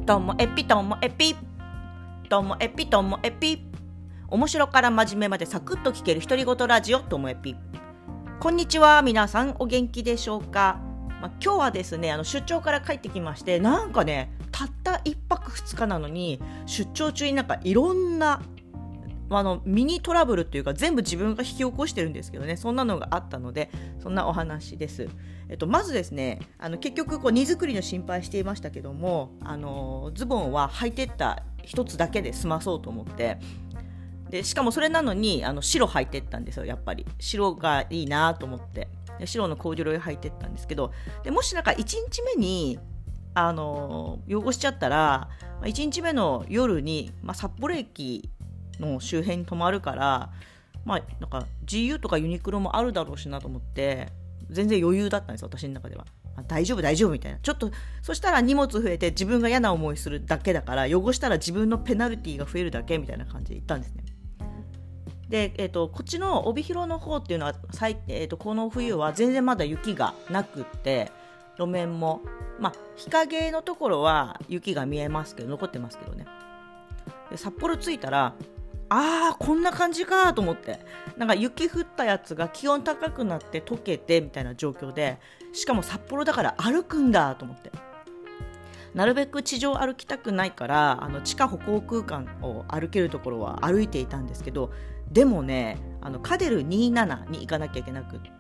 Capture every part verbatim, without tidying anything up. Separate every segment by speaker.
Speaker 1: ともえぴともえぴともえぴともえぴ、面白から真面目までサクッと聞ける独り言ラジオともえぴ。こんにちは、皆さんお元気でしょうか。まあ、今日はですね、あの出張から帰ってきまして、なんかねたったいっぱくふつかなのに出張中になんかいろんなあのミニトラブルっていうか、全部自分が引き起こしてるんですけどね、そんなのがあったので、そんなお話です。えっと、まずですね、あの結局こう荷造りの心配していましたけども、あのズボンは履いてった一つだけで済まそうと思って、でしかもそれなのにあの白履いてったんですよ。やっぱり白がいいなと思って、で白のコーデュロイ履いてったんですけど、でもしなんかいちにちめにあの汚しちゃったら、いちにちめの夜に、まあ、札幌駅の周辺に泊まるから、まあ、なんか ジーユー とかユニクロもあるだろうしなと思って、全然余裕だったんです、私の中では。あ、大丈夫大丈夫みたいな。ちょっとそしたら荷物増えて自分が嫌な思いするだけだから、汚したら自分のペナルティーが増えるだけみたいな感じで言ったんですね。で、えーと、こっちの帯広の方っていうのは、えーと、この冬は全然まだ雪がなくって、路面も、まあ、日陰のところは雪が見えますけど、残ってますけどね。で札幌着いたら、あーこんな感じかと思って、なんか雪降ったやつが気温高くなって溶けてみたいな状況で、しかも札幌だから歩くんだと思って、なるべく地上歩きたくないから、あの地下歩行空間を歩けるところは歩いていたんですけど、でもね、あのカデルにじゅうななに行かなきゃいけなくって、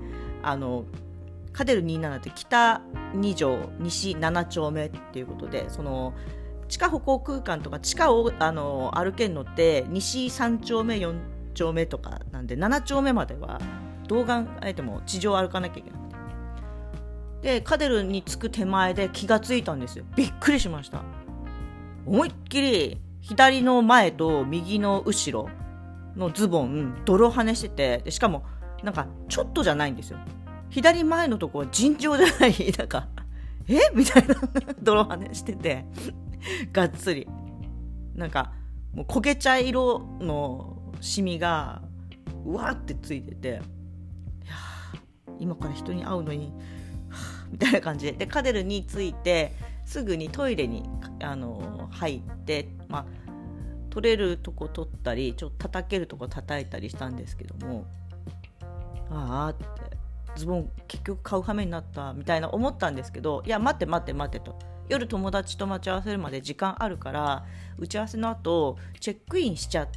Speaker 1: あのカデルにじゅうななって北に条西なな丁目っていうことで、その地下歩行空間とか地下をあの歩けるのって西さん丁目よん丁目とかなんで、なな丁目までは動画あえても地上歩かなきゃいけなくて、でカデルに着く手前で気がついたんですよ。びっくりしました。思いっきり左の前と右の後ろのズボン泥跳ねしてて、でしかもなんかちょっとじゃないんですよ。左前のとこは尋常じゃない、なんかえみたいな泥跳ねしててがっつりなんかもう焦げ茶色のシミがうわってついてて、いや今から人に会うのにみたいな感じで、でカデルに着いてすぐにトイレにあの入って、まあ、取れるとこ取ったり、ちょっと叩けるとこ叩いたりしたんですけども、あーってズボン結局買う羽目になったみたいな思ったんですけど、いや待って待って待ってと、夜友達と待ち合わせるまで時間あるから、打ち合わせの後チェックインしちゃって、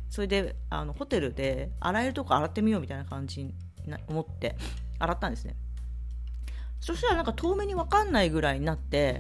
Speaker 1: それであのホテルで洗えるとこ洗ってみようみたいな感じに思って洗ったんですね。そしたらなんか遠目に分かんないぐらいになって、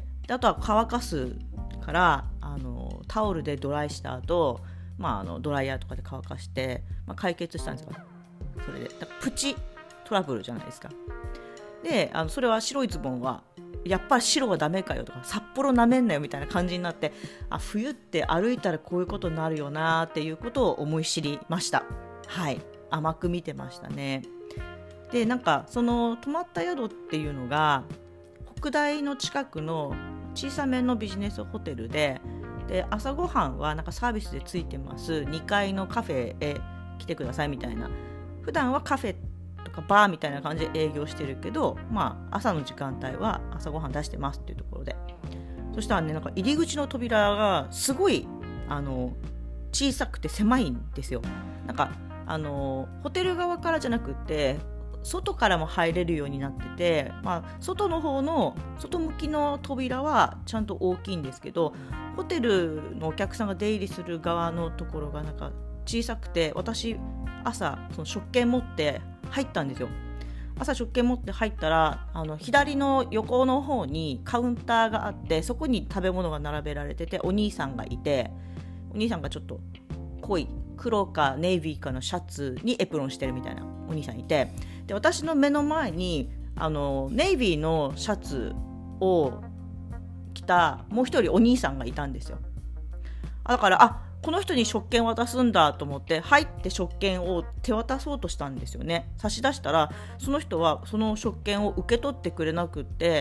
Speaker 1: であとは乾かすからあのタオルでドライした後、まあ、あのドライヤーとかで乾かして、まあ、解決したんですよ。それでだからプチトラブルじゃないですか。であのそれは白いズボンはやっぱり白はダメかよとか、札幌なめんなよみたいな感じになって、あ冬って歩いたらこういうことになるよなっていうことを思い知りました。はい、甘く見てましたね。でなんかその泊まった宿っていうのが北大の近くの小さめのビジネスホテルで、で朝ごはんはなんかサービスでついてます、にかいのカフェへ来てくださいみたいな、普段はカフェとかバーみたいな感じで営業してるけど、まあ朝の時間帯は朝ごはん出してますっていうところで、そしたらね、なんか入り口の扉がすごいあの小さくて狭いんですよ。なんかあのホテル側からじゃなくて外からも入れるようになってて、まあ、外の方の外向きの扉はちゃんと大きいんですけど、ホテルのお客さんが出入りする側のところがなんか小さくて、私朝その食券持って入ったんですよ。朝食券持って入ったら、あの左の横の方にカウンターがあって、そこに食べ物が並べられてて、お兄さんがいて、お兄さんがちょっと濃い黒かネイビーかのシャツにエプロンしてるみたいなお兄さんいて、で私の目の前にあのネイビーのシャツを着たもう一人お兄さんがいたんですよ。だからあこの人に食券渡すんだと思って入って食券を手渡そうとしたんですよね。差し出したらその人はその食券を受け取ってくれなくって、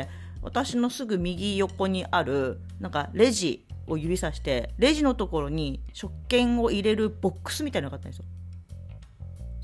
Speaker 1: 私のすぐ右横にあるなんかレジを指さして、レジのところに食券を入れるボックスみたいなのがあったんですよ。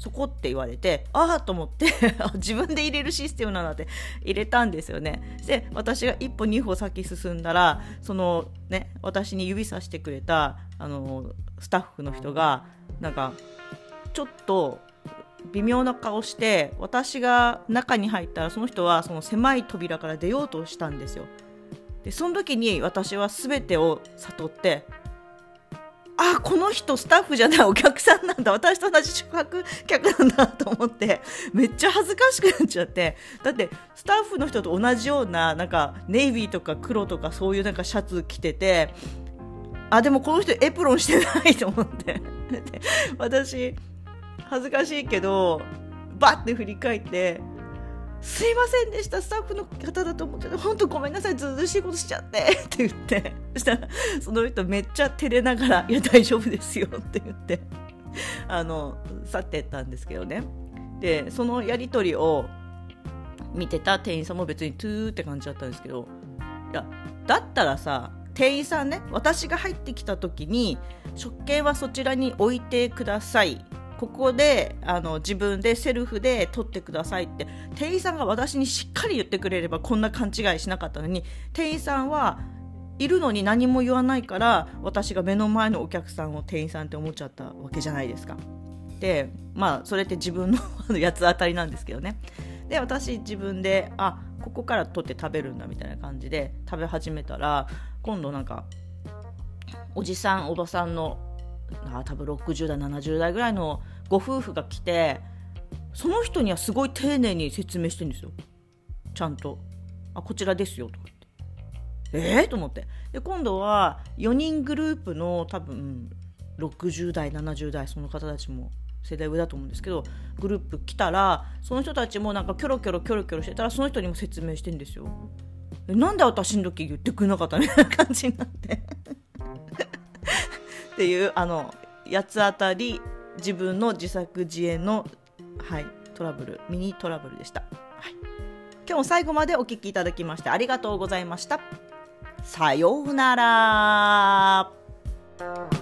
Speaker 1: そこって言われて、ああと思って自分で入れるシステムなんだって入れたんですよね。で私が一歩二歩先進んだら、そのね私に指さしてくれたあのスタッフの人がなんかちょっと微妙な顔して、私が中に入ったらその人はその狭い扉から出ようとしたんですよ。でその時に私は全てを悟って、あ、この人スタッフじゃないお客さんなんだ、私と同じ宿泊客なんだと思って、めっちゃ恥ずかしくなっちゃって。だってスタッフの人と同じようななんかネイビーとか黒とかそういうなんかシャツ着てて、あでもこの人エプロンしてないと思って私恥ずかしいけどバッて振り返って、すいませんでした、スタッフの方だと思ってて本当ごめんなさい、ずうずうしいことしちゃってって言って、そしたらその人めっちゃ照れながら、いや大丈夫ですよって言ってあの去ってったんですけどね。でそのやり取りを見てた店員さんも別にトゥーって感じだったんですけど、いやだったらさ、店員さんね、私が入ってきた時に食券はそちらに置いてください、ここであの自分でセルフで取ってくださいって店員さんが私にしっかり言ってくれればこんな勘違いしなかったのに、店員さんはいるのに何も言わないから、私が目の前のお客さんを店員さんって思っちゃったわけじゃないですか。でまあそれって自分の八つ当たりなんですけどね。で私自分であここから取って食べるんだみたいな感じで食べ始めたら、今度なんかおじさんおばさんのあ多分ろくじゅう代ななじゅう代ぐらいのご夫婦が来て、その人にはすごい丁寧に説明してるんですよ。ちゃんとあこちらですよとか言って、えー、と思って、で今度はよにんグループの多分ろくじゅう代ななじゅう代、その方たちも世代上だと思うんですけど、グループ来たらその人たちもなんかキョロキョロキョロキョロしてたら、その人にも説明してるんですよ。なんで私の時言ってくれなかったみたいな感じになってっていうあの八つ当たり自分の自作自演の、はい、トラブルミニトラブルでした、はい、今日も最後までお聞きいただきましてありがとうございました。さようなら。